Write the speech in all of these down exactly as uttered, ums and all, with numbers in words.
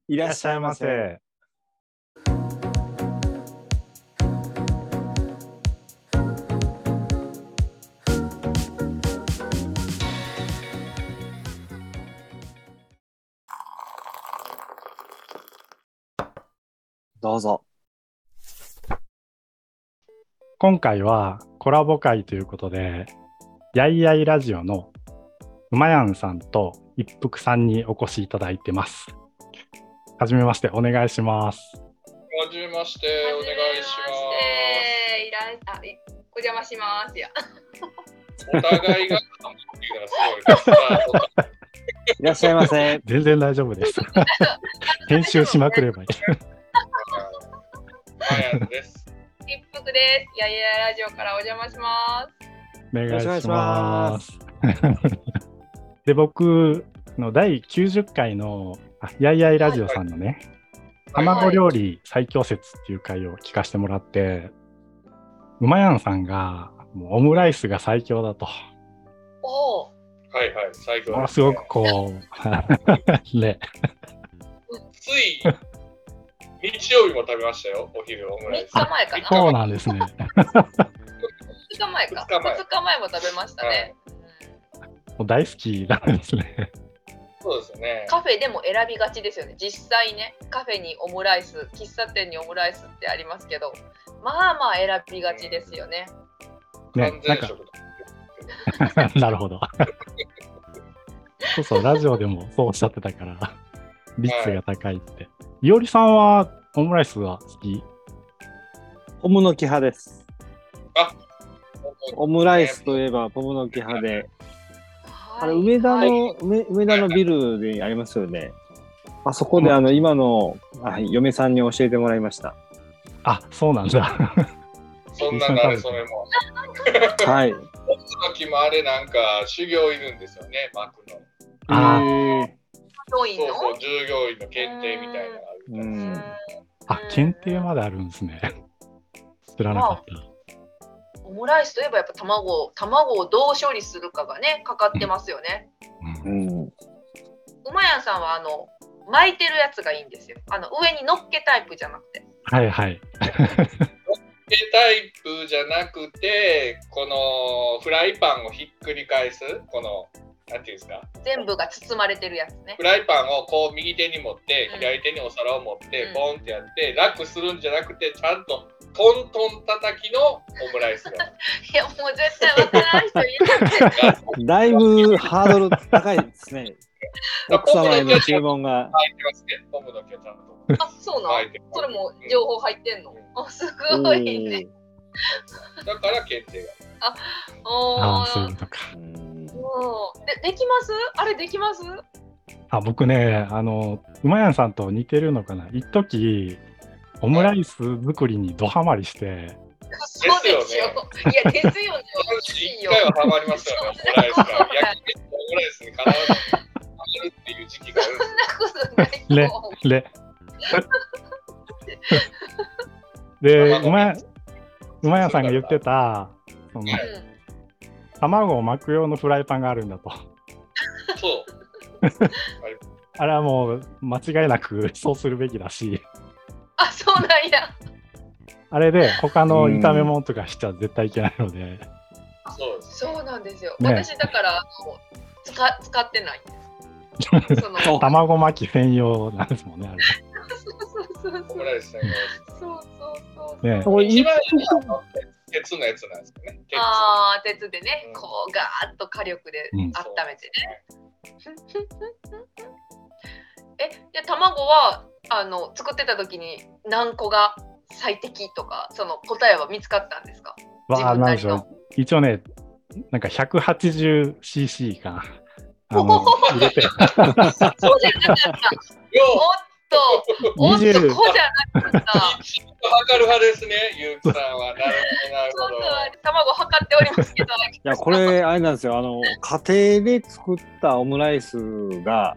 いらっしゃいませ。どうぞ。 今回はコラボ会ということで、やいやいラジオのうまやんさんと一服さんにお越しいただいてます。はじめまして、お願いします。 はじめまして、お願いします。 いらあいお邪魔しますや。 お互いがすごいいらっしゃいませ。 全然大丈夫です。編集しまくればいい。 マヤンです。 一服です。やいやいラジオからお邪魔します。 お願いします。で、僕のだいきゅうじゅっかいのやいやいラジオさんのね、はいはい、卵料理最強説っていう回を聞かせてもらって、うまやんさんがもうオムライスが最強だと。 おお。 はいはい、最強です、 ね。すごくこうね。 つい日曜日も食べましたよ、お昼オムライス。 みっかまえかな。 そうなんですね。 ふつかまえか。ふつかまえ、ふつかまえも食べましたね。 はい、もう大好きなんですね。 そうですね。 カフェでも選びがちですよね。実際ね、カフェにオムライス、喫茶店にオムライスってありますけど、まあまあ選びがちですよね。 ね、完全食だ。なるほど。そうそう、ラジオでもそうおっしゃってたから、率が高いって。はい、いおりさんはオムライスは好き？ ポムの木派です。 あ、 オムライスといえばポムの木派で、あれ梅田の、はい、梅, 梅田のビルでありますよね。あそこであの今のあ嫁さんに教えてもらいました。 あ、そうなんだ。 そんななれそれも。 はい。 僕の木もあれなんか修行いるんですよね、巻くの。 あーそうそう、従業員の検定みたいなのがあるみたいです。 あ、検定まであるんですね。知らなかった。 まあオムライスといえばやっぱ卵、卵をどう処理するかがね、かかってますよね。 うん。 うまやんさんはあの巻いてるやつがいいんですよ。あの上に乗っけタイプじゃなくて。 はいはい。 乗っけタイプじゃなくて、このフライパンをひっくり返す、このなんていうんですか。 全部が包まれてるやつね。 フライパンをこう右手に持って、うん、左手にお皿を持って、うん、ボンってやって、楽するんじゃなくて、ちゃんとトントン叩きのオムライスが。いやもう絶対わからん人いる。 だいぶハードル高いですね。奥様への注文が。 入ってますね。ポムの毛ちゃんと。あ、そうなん。それも情報入ってんの。うん、あ、すごいね。 だから検定が。 あ、ああ、そういうことか。 で、できます？あれできます？ あ、僕ね、あのうまやんさんと似てるのかな。一時オムライス作りにドハマりして。 そうですよ。いやですよね。 一回はハマりましたよね。オムライスが焼き飯とオムライスに必ずハマるっていう時期がある。 そんなことないと思う。 れれ。で、うまやうまやんさんが言ってたその、はい、卵を巻く用のフライパンがあるんだと。 そう。 あれはもう間違いなくそうするべきだし。 あ、そうなんや。 あれで他の炒め物とかしちゃ絶対いけないので。 そうそうなんですよ。ね、私だから使使ってない。 その卵巻き専用なんですもんね。あれ。 そうそうそう。オムライス専用。 そうそうそう。 ね。 一番鉄のやつなんですよね。 ああ、鉄でね、うん、こうガーッと火力で温めてね。うん、え、で卵はあの作ってた時に何個が最適とかその答えは見つかったんですか？ わあ、なんでしょう。一応ね、なんか ひゃくはちじゅうシーシー かな。あの入れて。 そうじゃなかった。おっと、おっと、こうじゃなかった。 測る派ですね、ゆうきさんは。なるほど、なるほど。 卵測っておりますけど。 いや、これ、あれなんですよ。あの、家庭で作ったオムライスが、はい、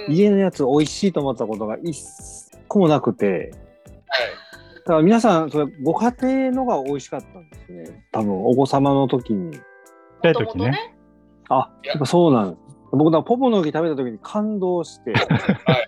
家のやつ美味しいと思ったことが一個もなくて、はい、だから皆さん、それご家庭のが美味しかったんですね。多分、お子様の時に。 そういう時ね。 あ、やっぱそうなんです。僕、ポポの木食べた時に感動して。はい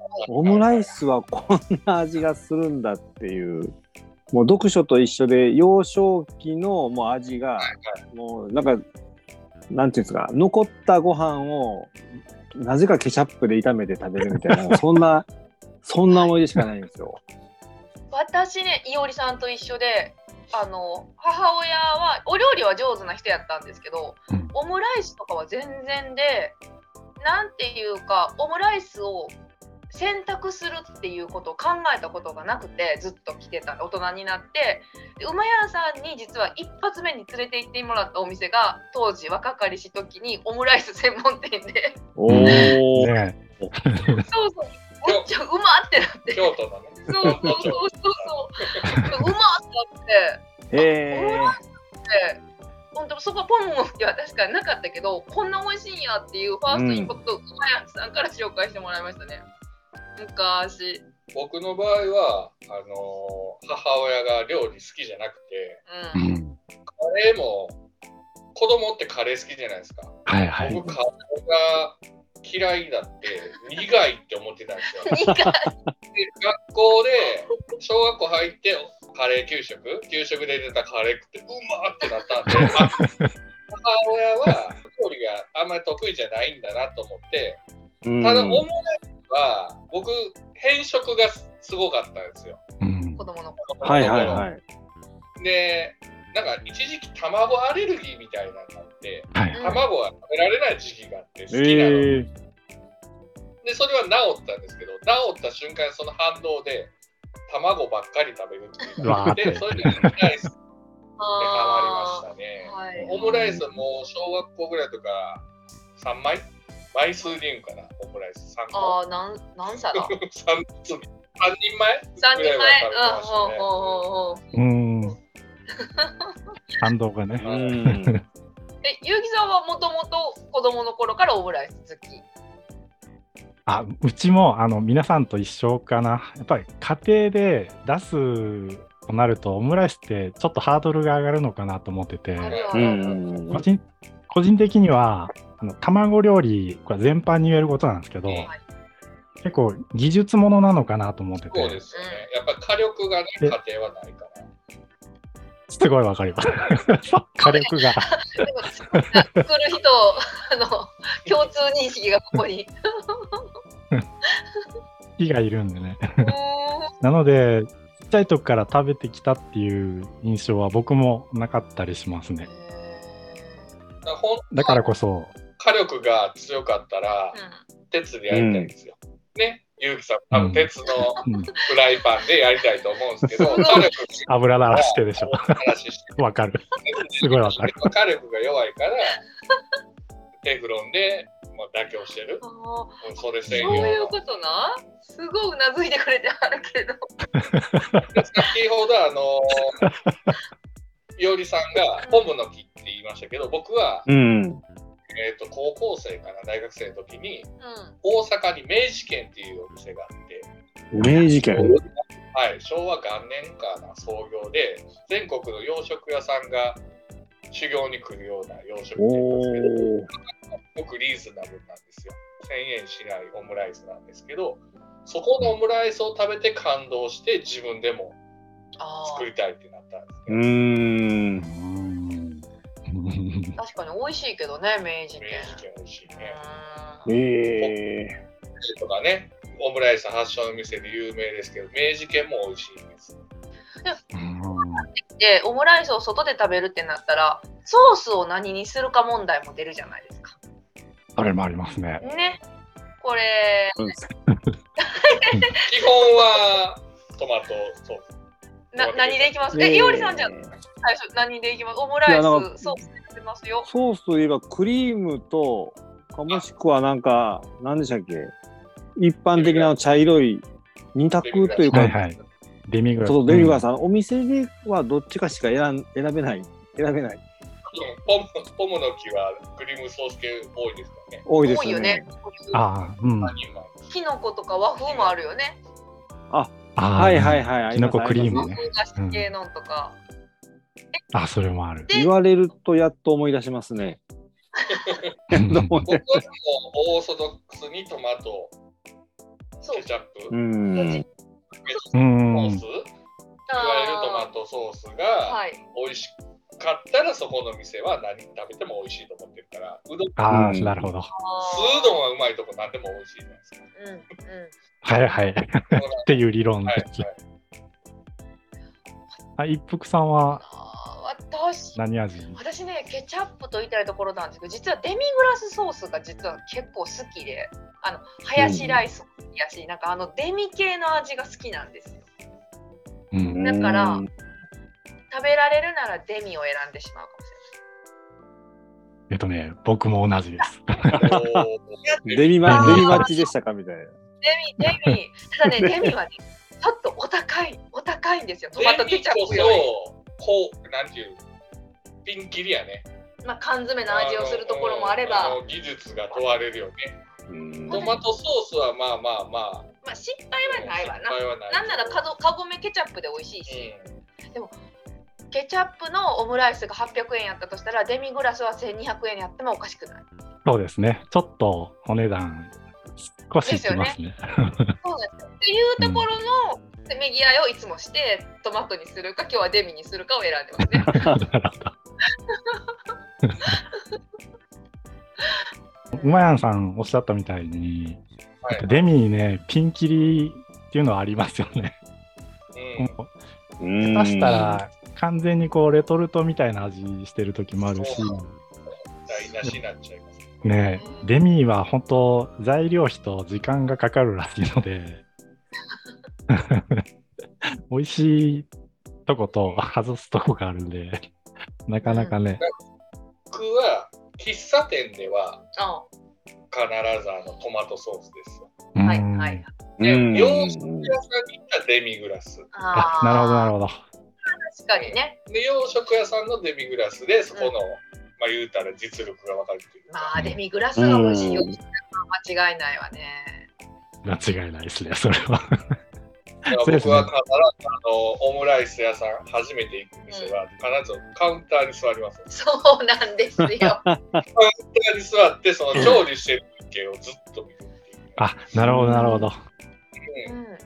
オムライスはこんな味がするんだっていうもう読書と一緒で幼少期のもう味が、はいはい、もうなんかなんていうんですか残ったご飯をなぜかケチャップで炒めて食べるみたいなそんなそんな思い出しかないんですよ。 私ねいおりさんと一緒であの母親はお料理は上手な人やったんですけど、うん、オムライスとかは全然でなんていうかオムライスを選択するっていうことを考えたことがなくてずっと来てた大人になってで馬屋さんに実は一発目に連れて行ってもらったお店が当時若かりし時にオムライス専門店でおー、 ね、 そうそうめっちゃうまってなって京都のねそうそうそうそうそううまってなってへオムライスって本当そこはポンモンっては確かになかったけどこんな美味しいんやっていうファーストインパクトを馬屋さんから紹介してもらいましたね。昔僕の場合はあのー、母親が料理好きじゃなくて、うん、カレーも子供ってカレー好きじゃないですか、 はいはい、 僕カレーが嫌いだって苦いって思ってたんですよ苦いで学校で小学校入ってカレー給食給食で出たカレー食ってうまってなったんで母親は料理があんまり得意じゃないんだなと思ってただオムライスは僕変色がすごかったんですよ、 うん、子供の頃はいはいはいでなんか一時期卵アレルギーみたいなのがあって、はい、卵は食べられない時期があって好きなの、えー、でそれは治ったんですけど治った瞬間その反動で卵ばっかり食べるっていうのがあってそれでオムライスでハマりましたね、はい、オムライスも小学校ぐらいとかさんまい枚数で言うんかなオムライスさんこああ何何皿さんにんまえさんにんまえさんにんまえうんうん感動がね。 え、ゆうきさんはもともと子供の頃からオムライス好き？ あ、うちもあの皆さんと一緒かな。やっぱり家庭で出すとなるとオムライスってちょっとハードルが上がるのかなと思ってて、個人、個人的にはあの卵料理これ全般に言えることなんですけど、はい、結構技術ものなのかなと思ってて。 そうですよね。やっぱり火力がね家庭はないから。 すごいわかります。火力が。 作る人あの共通認識がここに。 火がいるんでね。なのでちっちゃい時から食べてきたっていう印象は僕もなかったりしますね。だからこそ火力が強かったら、うん、鉄でやりたいんですよ。うん、ね。ゆうきさん多分鉄のフライパンでやりたいと思うんですけど、うん、火力油鳴らしてでしょ。わかる。すごいわかる。 火力が弱いからテフロンでもう妥協してる。 うん、それ専用の。そういうことな。すごいうなずいてくれてあるけど。 先ほどあのいおりさんがポムの木って言いましたけど、僕は。うんえー、と高校生かな大学生の時に、うん、大阪に明治軒っていうお店があって明治軒はい昭和元年かな創業で全国の洋食屋さんが修行に来るような洋食店なんですけどすごくリーズナブルなんですよせんえんしないオムライスなんですけどそこのオムライスを食べて感動して自分でも作りたいってなったんですね。うーん確かに美味しいけどね、明治軒。 明治軒美味しいね。 えー。とかね、オムライス発祥の店で有名ですけど、明治軒も美味しいです。 で、オムライスを外で食べるってなったら、ソースを何にするか問題も出るじゃないですか。 あれもありますね。 ね。これ。 基本はトマトソース。 な何でいきます？え、いおりさんじゃ最初何でいきます？オムライスソースで食べますよ。 ソースといえばクリームとかもしくはなんか何でしたっけ？一般的な茶色い二択というか、はいはい、 デミグラス。 そうデミグラス、うん、お店ではどっちかしか選選べない選べない。 ポムポムの木はクリームソース系多いですかね。 多いですよね。 ああ、うん。 キノコとか和風もあるよね。 あ。はいはいはい。 きのこクリームね。 和風系のとか。 うん、あ、それもある。 言われるとやっと思い出しますね。 僕はもうオーソドックスにトマトケチャップ、 うん、 ソース、いわゆるトマトソースが美味しかったらそこの店は何食べても美味しいと思ってるから、うどん、 ああ、なるほど。 酢うどんはうまいとこ何でも美味しいじゃないですか。 うんうん、 はいはい。っていう理論です。はいはい、一服さんは私何味？ 私ね、ケチャップと言いたいところなんですけど、実はデミグラスソースが実は結構好きで、あのハヤシライスやし、うん、なんかあのデミ系の味が好きなんですよ。うん、だから食べられるならデミを選んでしまうかもしれない。えっとね、僕も同じです。 デミマデミマッチでしたかみたいな。 デミデミ、ただねデミはねちょっとお高いお高いんですよ。トマトケチャップより。 こうなんていうピンキリやね。 まあ缶詰の味をするところもあれば、 あの技術が問われるよね。うんトマトソースはまあまあまあ。 まあ失敗はないわな。な, なんならかカゴメケチャップで美味しいし。うん、でもケチャップのオムライスがはっぴゃくえんやったとしたらデミグラスはせんにひゃくえんやってもおかしくない。 そうですね。ちょっとお値段少しいきますね。 そうなんですよ。っていうところの、うんせめぎ合いをいつもしてトマトにするか今日はデミにするかを選んでますね。 うまやんさんおっしゃったみたいに、はい、デミねピンキリっていうのはありますよね。うん、下手したら完全にこうレトルトみたいな味してる時もあるし、 台無しになっちゃいますね。デミは本当材料費と時間がかかるらしいので。美味しいとこと外すとこがあるんでなかなかね。 僕は喫茶店では必ずあのトマトソースですよ。 はいはい。 で洋食屋さんに行ったらデミグラス。 あ、なるほどなるほど。 確かにね。 で洋食屋さんのデミグラスでそこの、うん、まあ言うたら実力が分かるっていう。 まあデミグラスが美味しいよ。間違いないわね。 間違いないですねそれは。 僕は必ずあのオムライス屋さん初めて行く店は必ずカウンターに座ります。 そうなんですよ。カウンターに座ってその調理してる風景をずっと見るっていう。 あ、なるほどなるほど。 うん、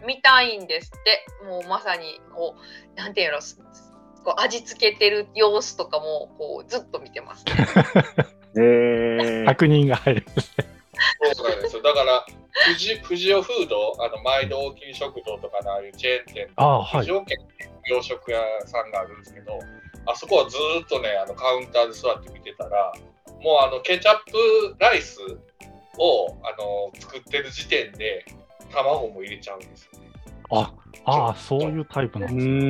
見たいんですって。もうまさにこうなんていうのこう味付けてる様子とかもこうずっと見てます、ね。 えー、確認が入る。 そうなんですよ。だから富士富士オフード、あの毎度大きい食堂とかのああいうチェーン店、富士オ県洋食屋さんがあるんですけど、あそこはずっとねあのカウンターで座って見てたら、もうあのケチャップライスをあの作ってる時点で卵も入れちゃうんですよね。 あああ、そういうタイプなんですね。うん、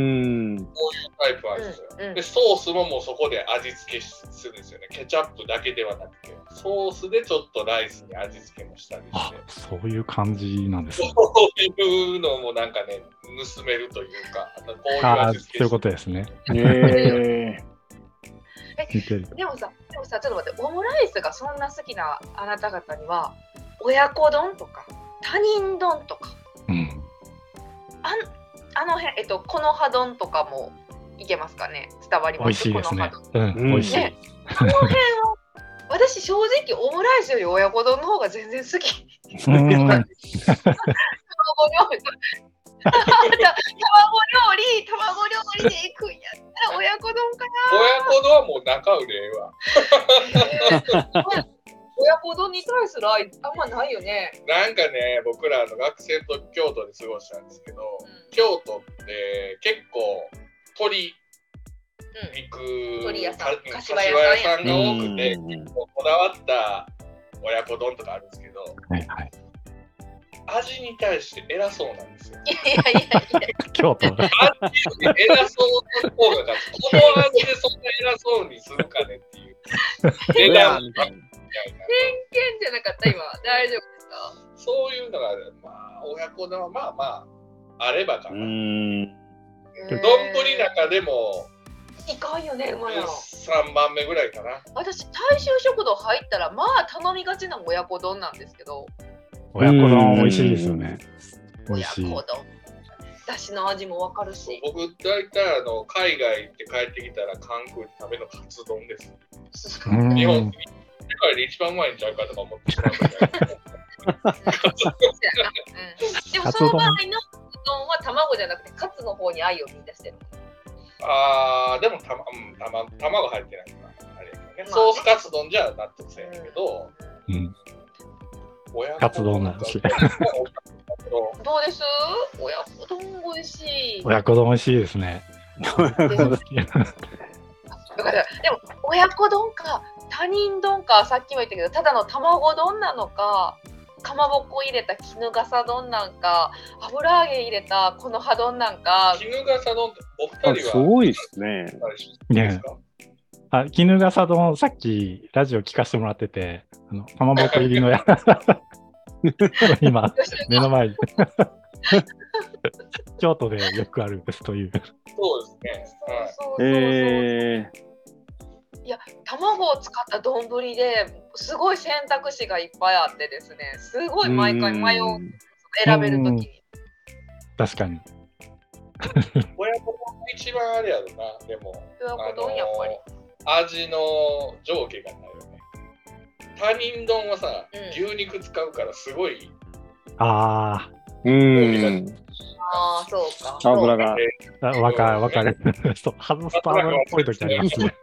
そういうタイプなんですよ、うんうん、でソースももうそこで味付けするんですよね。ケチャップだけではなくてソースでちょっとライスに味付けもしたりして。 あ、そういう感じなんですね。 そういうのもなんかね盗めるというか、こういう味付け。 そういうことですね。 えでもさ、でもさ、ちょっと待って、オムライスがそんな好きなあなた方には親子丼とか他人丼とか、うん、あ, あの辺、えっと、この葉丼とかもいけますかね。伝わります。 美味しいですね。うん、美味しい。 ね、この辺は私正直オムライスより親子丼の方が全然好き。卵料理、卵料理でいくんやったら親子丼かな。 親子丼はもう中売れは。 親子丼に対する愛あんまないよね。 なんかね、僕らの学生と京都で過ごしたんですけど、うん、京都って結構鶏肉、 うん、鶏屋さん、 柏屋さんが多くて、結構こだわった親子丼とかあるんですけど、 はいはい、 味に対して偉そうなんですよ。 いやいやいや京都味に偉そうな方がこの味でそんな偉そうにするかねっていう。値段みたいな。 偏見じゃなかった今大丈夫ですか？ そういうのがまあ親子丼はまあまああればかな。うん。丼中でもいかんよね、うまいの。 さんばんめぐらいかな。 私大衆食堂入ったらまあ頼みがちな親子丼なんですけど。 親子丼美味しいですよね。美味しい。 親子丼。だしの味もわかるし。 僕大体あの海外行って帰ってきたら韓国で食べるのカツ丼です。日本世界で一番うまいんちゃうかとか思ってしまうぐらい。 でもその場合のうどんは卵じゃなくてカツの方に愛を見出してる。 ああ、でもた、まうん、たま卵入ってないからあれ、ね、まあ、ソースカツ丼じゃ納得せんけど、 うん、カツ丼なんですよ。 どうです？親子丼美味しい。 親子丼美味しいですね。 だからでも親子丼か他人丼か、さっきも言ったけどただの卵丼なのか、かまぼこ入れた衣笠丼なんか、油揚げ入れたこの葉丼なんか。 衣笠丼ってお二人はすごいですね。 ねあ、衣笠丼さっきラジオ聞かせてもらってて、あのかまぼこ入りのや今目の前に京都でよくあるですという。 そうですね。はい、 えーいや、卵を使った丼ですごい選択肢がいっぱいあってですね、すごい毎回迷う、選べるときに。 確かに。 親子丼が一番あれやろな、でも。 親子丼やっぱり。 味の上下がないよね。他人丼はさ、うん、牛肉使うからすごい。 ああ。 うん。 ああ、そうか。 油が。 わかる、わかる。そう、外すと油っぽい時ありますね。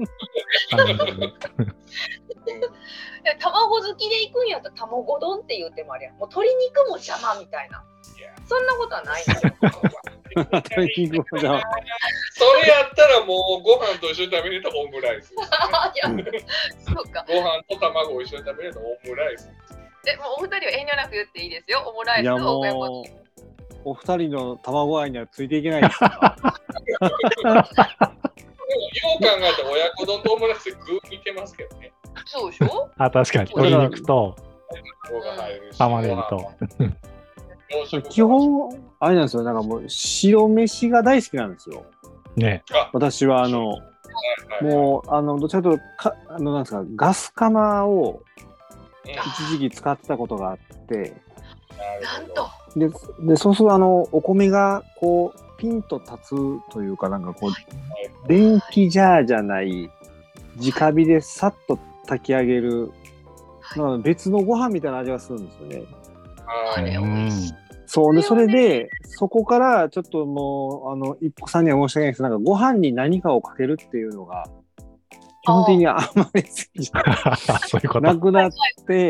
卵好きで行くんやったら卵丼って言うてもあれや。もう鶏肉も邪魔みたいな。そんなことはないんですよ。 鶏肉も邪魔。 それやったらもうご飯と一緒に食べれたオムライス。いや、そうか。 ご飯と卵を一緒に食べれたオムライス。 え、もうお二人は遠慮なく言っていいですよ。オムライスと親子丼。 お二人の卵愛にはついていけないですか。 よう考えたら親子丼とオムライス具似てますけどね。 そうでしょ。 あ、確かに鶏肉と玉ねぎと。 基本あれなんですよ。なんかもう白飯が大好きなんですよ。 ね。 私はあのもうあのどちらかというとかあのなんですかガス釜を一時期使ってたことがあって。 なんと。 で, でそうするとあのお米がこうピンと立つというかなんかこう電気ジャーじゃない直火でさっと炊き上げる、はい、別のご飯みたいな味がするんですよね。 あれ美味しい。 そうでそれでそこからちょっともうあの一服さんには申し訳ないですけどなんかご飯に何かをかけるっていうのが基本的にあんまり好きじゃなくなって、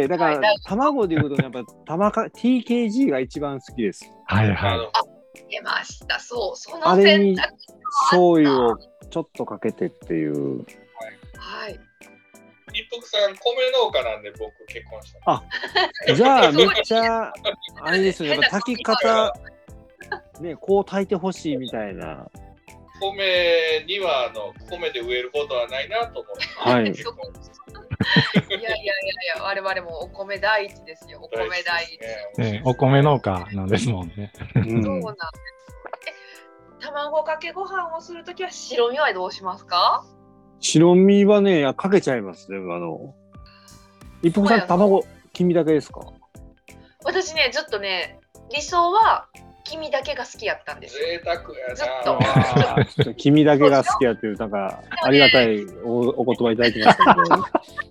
だから卵でいうとやっぱ卵か ティーケージー が一番好きです。 はいはい。 あ、出ました。そう、そのあれに醤油をちょっとかけてっていう。 はい。 一服さん、米農家なんで僕結婚した。 あ、じゃあめっちゃあれですよね。やっぱ炊き方ね、こう炊いてほしいみたいな。 米にはあの米で植えることはないなと思って。 はい。いやいやいやいや我々もお米第一ですよ。お米第一。 ねね、お米農家なんですもんね。 そうなんです。え、卵かけご飯をするときは白身はどうしますか？ 白身はね、かけちゃいますね。あの一服さん卵黄身だけですか？ 私ねずっとね理想は黄身だけが好きやったんですよ。 贅沢やな。 ずっと。黄身だけが好きやっていうなんかありがたい お, お言葉いただきましたけど。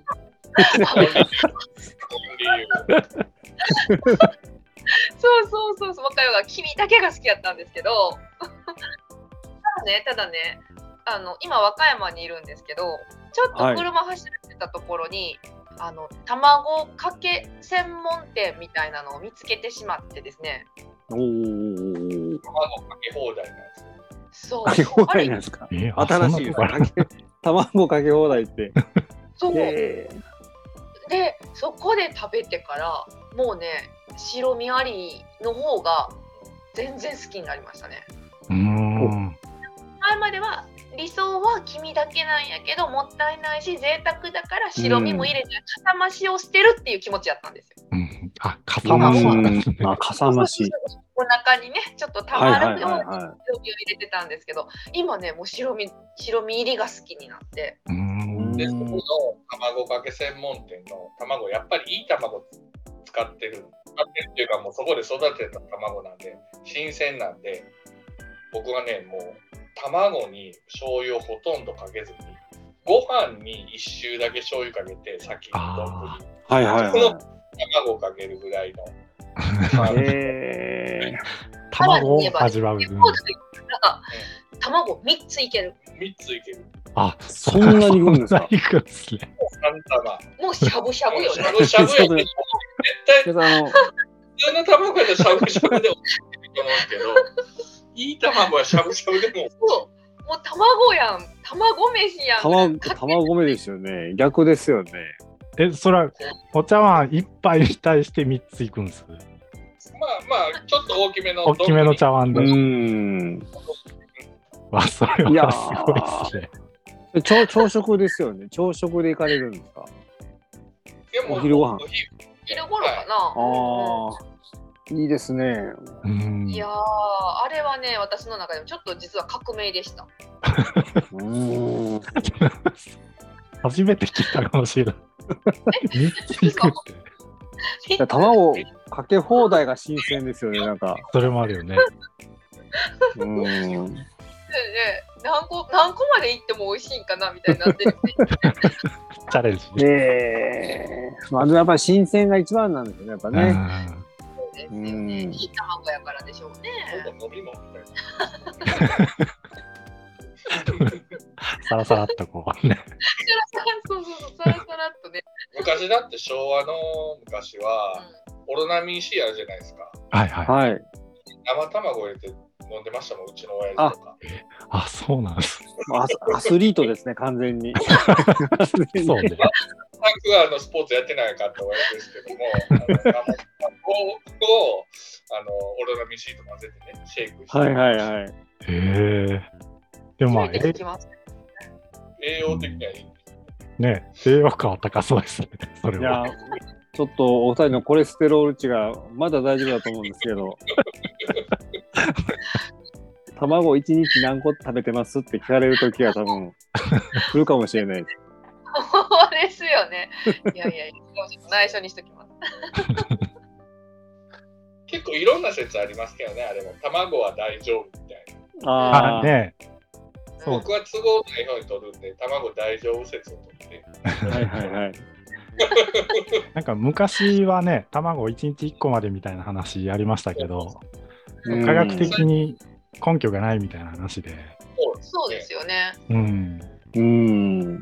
そうそうそうそう、若いが黄身だけが好きやったんですけど、ただねただねあの今和歌山にいるんですけど、ちょっと車走ってたところに、はい、あの卵かけ専門店みたいなのを見つけてしまってですね。 おお。 卵かけ放題なんですよ。 そう。 かけ放題なんですか。えー、新しい卵かけ放題って。 そう。えー、でそこで食べてからもうね白身ありの方が全然好きになりましたね。 うーん。 前までは理想は黄身だけなんやけどもったいないし贅沢だから白身も入れてかさ増しをしてるっていう気持ちやったんですよ。 うん、あ、かさ増し。 あ、かさ増し。 お腹にねちょっとたまるように白身を入れてたんですけど、今ねもう白身白身入りが好きになって。 うーん。 でそこの卵かけ専門店の卵やっぱりいい卵使ってる使ってるっていうかもうそこで育てた卵なんで新鮮なんで、僕はねもう卵に醤油をほとんどかけずにご飯に一周だけ醤油かけて先に丼。 はいはいはい。 卵をかけるぐらいの。 えー、 卵を味わう。 なんか卵みっついける。 みっついける。 あ、 そんなにいくんですか。 いくんですね。 もうしゃぶしゃぶよね。 しゃぶしゃぶやね。絶対あの普通の卵やったらしゃぶしゃぶでもいいと思うけど、いい卵はしゃぶしゃぶでも。 そう、もう卵やん。卵飯やん。 卵卵目ですよね。逆ですよね。 え、それはお茶碗一杯に対してみっついくんです。 まあまあ、ちょっと大きめの。 大きめの茶碗で。 うーん。 わ、それはすごいですね。 朝朝食ですよね。朝食で行かれるんですか。お昼ご飯。 お昼頃かな。 ああ、いいですね。 いやー、あれはね、私の中でもちょっと実は革命でした。 うん。 初めて聞いたかもしれない。みっついくって。 卵かけ放題が新鮮ですよね。なんか。 それもあるよね。 うん。 ね、何個何個までいっても美味しいんかなみたいになってる。 チャレンジ。 ええー、まずやっぱり新鮮が一番なんですよね。やっぱね。 そうですよね。いい卵やからでしょうね。 飲み物みたいな。サラサラっとこうね。 そうそうそう、サラサラっとね。 昔だって昭和の昔は、オロナミン C あるじゃないですか。 はいはい。 はい。 生卵入れて飲んでましたもん、うちの親父とか。 あ、あ、そうなんです。 ア, アスリートですね、完全に。 そうね。 全くあのスポーツやってないかって親父ですけども、あの生卵をあのオロナミン C と混ぜてね、シェイクして。 はいはいはい。 へえ。でもまあ、 栄養的にはいい。 ね、栄養価は高そうですね。それは。 いや、ちょっとお二人のコレステロール値がまだ大丈夫だと思うんですけど。卵いちにち何個食べてますって聞かれるときは多分来るかもしれないです。 そうですよね。いやいや、内緒にしときます。 結構いろんな説ありますけどね、あれも。卵は大丈夫みたいな。 ああ、ね。 僕は都合ない方に取るんで、卵大丈夫説を取って。 はいはいはい。 なんか昔はね、卵いちにちいっこまでみたいな話ありましたけど、科学的に根拠がないみたいな話で。 そうですよね。 うん。 うん。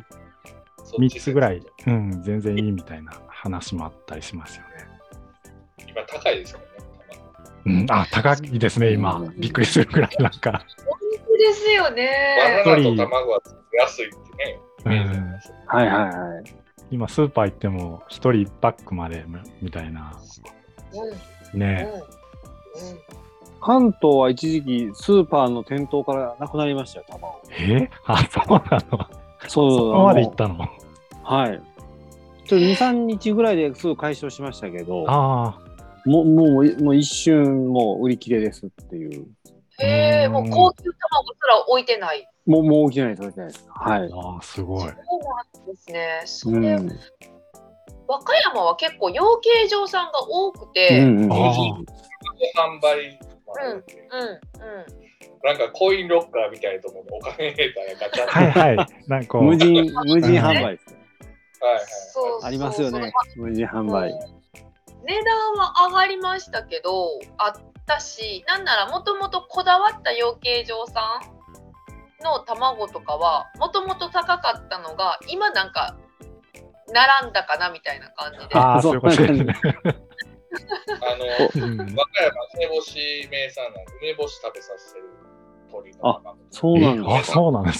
みっつぐらい、うん、全然いいみたいな話もあったりしますよね。 今高いですよね。 うん、あ、高いですね、今。うん、びっくりするくらい、なんか。 本当ですよね。 バナナと卵は安いってね。 うん、 はいはいはい。 今、スーパー行っても、ひとりいちパックまでみたいな。うん、ねえ、うんうん。 関東は一時期、スーパーの店頭からなくなりましたよ、卵。 えあ、そうなの。 そう、 そこまで行ったの。 はい。ちょっとに、さんにちぐらいですぐ解消しましたけど。 ああ。 もう、もう、もう一瞬、もう売り切れですっていう。 へえ、もう高級卵すら置いてない。 もう、もう置いてないです、置いてないです。はい。 ああ、すごい。そうなんですね。それ、うん、和歌山は結構養鶏場さんが多くて、 うんうん、 販売、 うんうんうん、 なんかコインロッカーみたいなところでお金入れたらガチャッと。 はいはい。なんか無人、無人販売ですね。 はいはい。 そうありますよね。無人販売。 値段は上がりましたけど、あったし、なんならもともとこだわった養鶏場さんの卵とかはもともと高かったのが今なんか並んだかなみたいな感じで。 ああ、そういうことですね。 あの、和歌山梅干し名産なんで、梅干し食べさせてる鳥の卵。 あ、そうなんですか。 あ、そうなんです。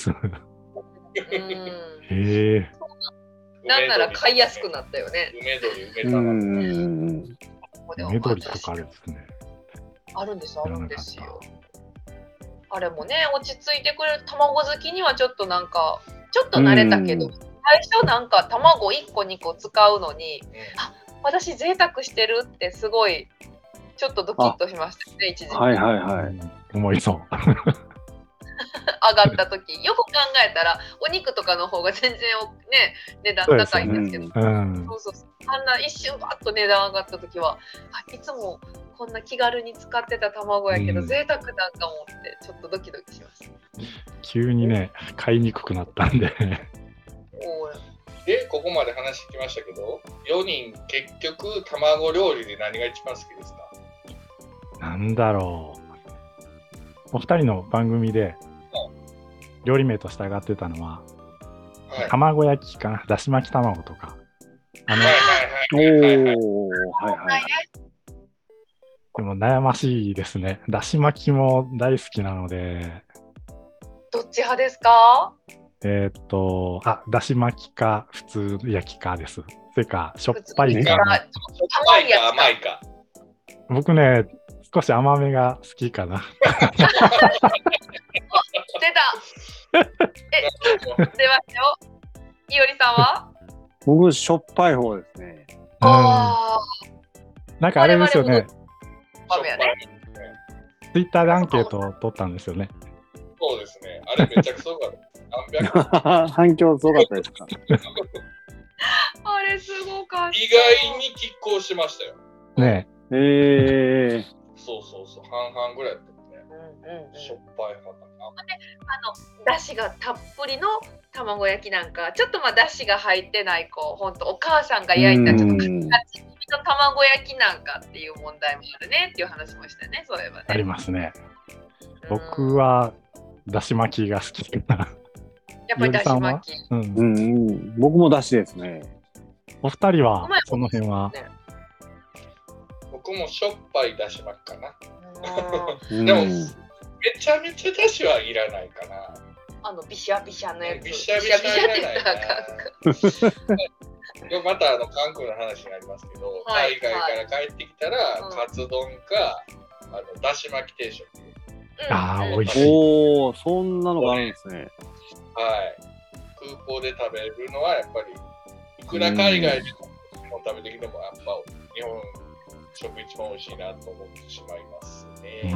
へえ。 なんなら買いやすくなったよね。 梅鳥、梅卵。 梅鳥とかあるんですね。 あるんです、あるんですよ。あれもね、落ち着いてくれる卵好きにはちょっとなんか、ちょっと慣れたけど、最初なんか卵いっこにこ使うのに、うん、あ、私贅沢してるってすごいちょっとドキッとしましたね、一時期。 はいはいはい。 思いそう。 上がった時、よく考えたらお肉とかの方が全然ね値段高いんですけど、そう、ね、そうそうそう、あんな一瞬バッと値段上がった時は、あ、いつもこんな気軽に使ってた卵やけど、うん、贅沢なんかもってちょっとドキドキしました。 急にね買いにくくなったんで。 で、ここまで話してきましたけど、よにん結局卵料理で何が一番好きですか？ なんだろう。お二人の番組で料理名として上がってたのは、はい、卵焼きかな、だし巻き卵とか。あの、 はいはいはいはい、おー、はいはい。 でも悩ましいですね。だし巻きも大好きなので。 どっち派ですか？ えー、っと、あ、だし巻きか普通焼きかです。それか、しょっぱいか。 しょっぱいか甘いか。 僕ね、少し甘めが好きかな。 出た。え、出ますよ。いおりさんは？ 僕、しょっぱい方ですね。 ああ。 なんかあれですよね。ツイッターでアンケートを取ったんですよね。 そうですね。あれめちゃくちゃすごかった。 反響すごかったですか？ あれすごかった。 意外に拮抗しましたよ。 ねえ。えー。 そうそうそう。半々ぐらいだったね。うんうん、しょっぱい派かな。 で、あのだしがたっぷりの卵焼きなんか、ちょっとまあだしが入ってないこう本当お母さんが焼いたちょっとカチカチの卵焼きなんかっていう問題もあるねっていう話もしたね。そういえばね。 ありますね。僕はだし巻きが好きかな。 やっぱりだし巻き。 うんうん、僕もだしですね。 お二人はその辺は？ 僕もしょっぱいだし巻きかな。でもめちゃめちゃだしはいらないかな。 あのビシャビシャのやつ。 ビシャビシャいらないな。またあの韓国の話になりますけど、はい、海外から帰ってきたら、はい、カツ丼かあのだし巻き定食。 うん、ああ、美味しい。 おお、そんなのがあるんですね。 はい。空港で食べるのはやっぱりいくら海外でも日本食べてきてもやっぱ日本食一番美味しいなと思ってしまいますね。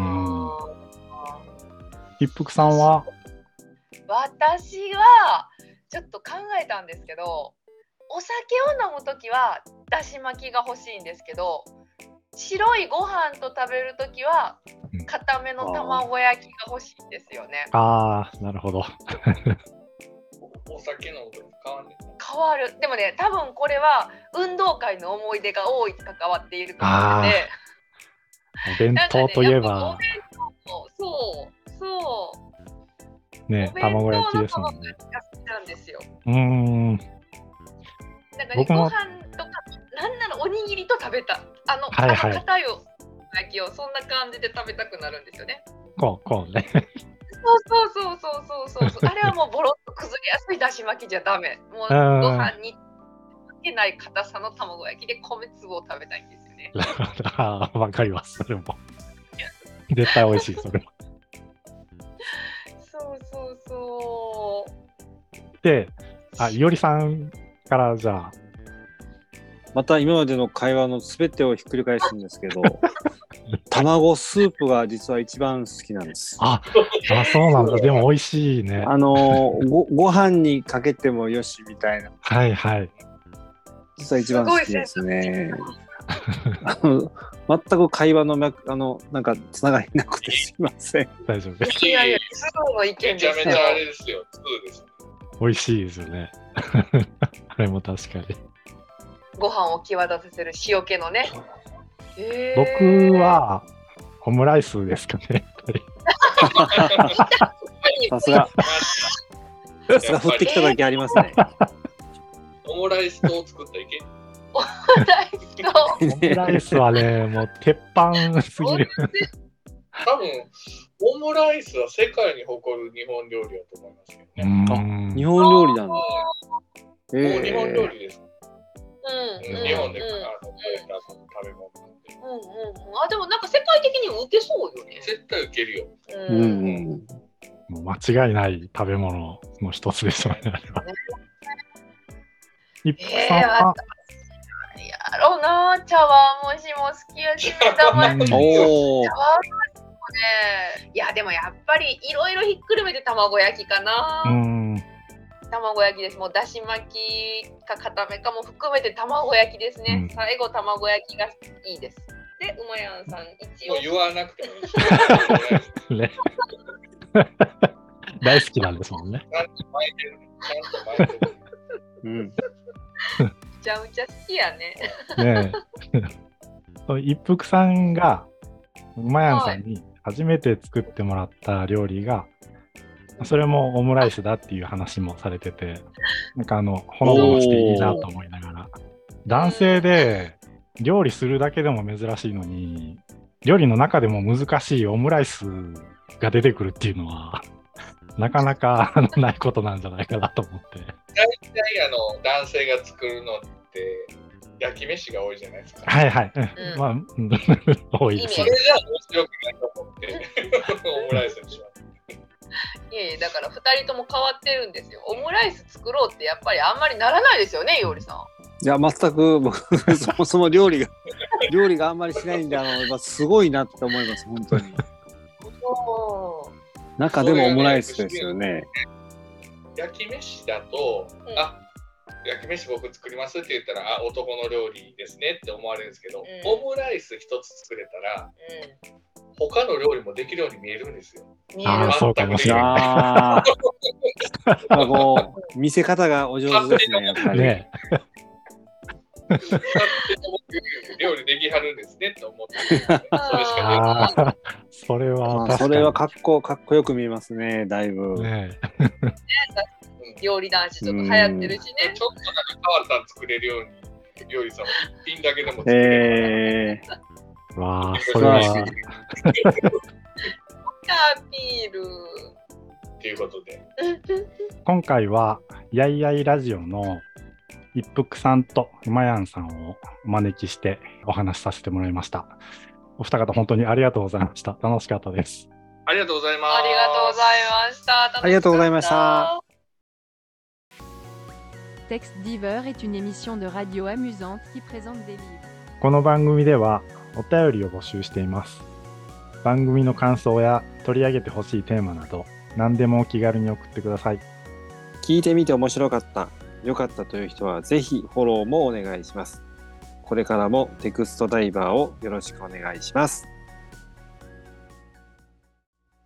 一服さんは？ 私はちょっと考えたんですけど、お酒を飲むときはだし巻きが欲しいんですけど、白いご飯と食べるときは固めの卵焼きが欲しいんですよね。 ああ、なるほど。 お酒飲むと変わるね。 変わる。でもね、多分これは運動会の思い出が多い関わっていると思ってて。 お弁当といえば、 ね、そうそうね、卵焼きですもんね。 なんですよ。 うーん。 なんかね、ご飯とかなんならおにぎりと食べたあの、はいはい、あの硬い焼きをそんな感じで食べたくなるんですよね。 こうこうね。 そうそうそうそうそうそう。あれはもうボロッと崩れやすいだし巻きじゃダメ。もうご飯にかけない硬さの卵焼きで米粒を食べたいんですよね。 ああ、わかります。それも絶対美味しいそれも。 そうそうそう。 で、あ、いおりさんからじゃあ。 また今までの会話のすべてをひっくり返すんですけど、卵スープが実は一番好きなんです。 あ、あ、そうなんだ。でも美味しいね。 あのごご飯にかけてもよしみたいな。 はいはい。 実は一番好きですね。あの全く会話のあのなんかつながりなくてすみません。 大丈夫です。 いやいや、スーの意見ですよ。 めちゃめちゃあれですよ。スーです。 美味しいですよね。あれも確かに。ご飯を際立たせる塩気のね。 僕はオムライスですかね。 さすが。さすが降ってきただけありますね。 オムライスと作ったらいけ。 オムライスと。 オムライスはね、もう鉄板すぎる。 多分オムライスは世界に誇る日本料理だと思いますけどね。 あ、日本料理なんだ。 えー、もう日本料理です。 うんうん、 日本で食べた食べ物なんで。 うんうんうん、あ、でもなんか世界的に受けそうよね。 絶対受けるよ。 うんうん、 もう間違いない食べ物の一つでしょうね。一服さんは、 えー、やろうな、茶碗蒸しも好きやし、目玉焼きもお茶碗蒸しもね。いやでもやっぱりいろいろひっくるめて卵焼きかな。うん、卵焼きです。もうだし巻きか固めかも含めて卵焼きですね。うん、最後卵焼きがいいです。で、うまやんさん一応。 もう言わなくてもいいし。 大好きなんですもんね。 ちゃんと巻いてるね。ちゃんと巻いてる。 うん。 めちゃめちゃ好きやね。 ねえ。一服さんがまやんさんに初めて作ってもらった料理が、はい、それもオムライスだっていう話もされてて、なんかあのほのぼのしていいなと思いながら、男性で料理するだけでも珍しいのに、料理の中でも難しいオムライスが出てくるっていうのはなかなかないことなんじゃないかなと思って。 大体あの男性が作るのって焼き飯が多いじゃないですか。 はいはい。 うん、 まあ多いです。 それじゃ面白くないと思ってオムライスにします。 いえいえ、だからふたりとも変わってるんですよ。オムライス作ろうってやっぱりあんまりならないですよね、いおりさん。 いや、全く僕そもそも料理が料理があんまりしないんで、あのすごいなって思います、本当に。中でもオムライスですよね。 焼き飯だと、うん、あ、焼き飯僕作りますって言ったら、あ、男の料理ですねって思われるんですけど、うん、オムライス一つ作れたら、うん、他の料理もできるように見えるんですよ。 見える。あ、そうかもしれない。 こう見せ方がお上手ですね、やっぱり。ね料理できはるんですねと思って、それしかない。それはそれはかっこかっこよく見えますね、だいぶ。 ね、 料理男子ちょっと流行ってるしね。 ちょっとなんか変わったの作れるように、料理さんも一品だけでも作れる。 えー、わあ、それは。アピール。 ということで、 今回はやいやいラジオの一服さんとまやんさんをお招きしてお話しさせてもらいました。お二方本当にありがとうございました。楽しかったです。 ありがとうございます。 ありがとうございました。 ありがとうございました。 Texte Diver est une émission de radio amusante qui présente des livres. この番組ではお便りを募集しています。番組の感想や取り上げてほしいテーマなど何でもお気軽に送ってください。 聞いてみて面白かった、良かったという人はぜひフォローもお願いします。これからもテクストダイバーをよろしくお願いします。